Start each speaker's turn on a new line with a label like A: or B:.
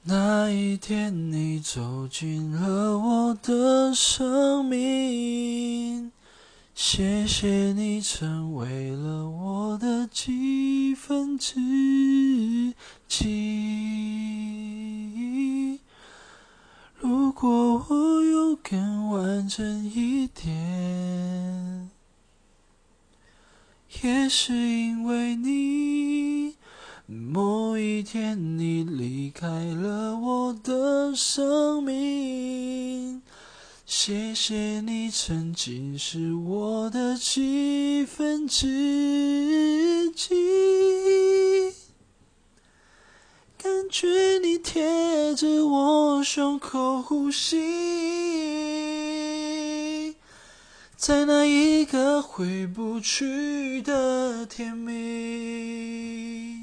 A: 那一天你走进了我的生命，谢谢你成为了我的几分之几。如果我有更完整一点，也是因为你。某一天你离开了我的生命，谢谢你曾经是我的几分之几，感觉你贴着我胸口呼吸，在那一个回不去的甜蜜。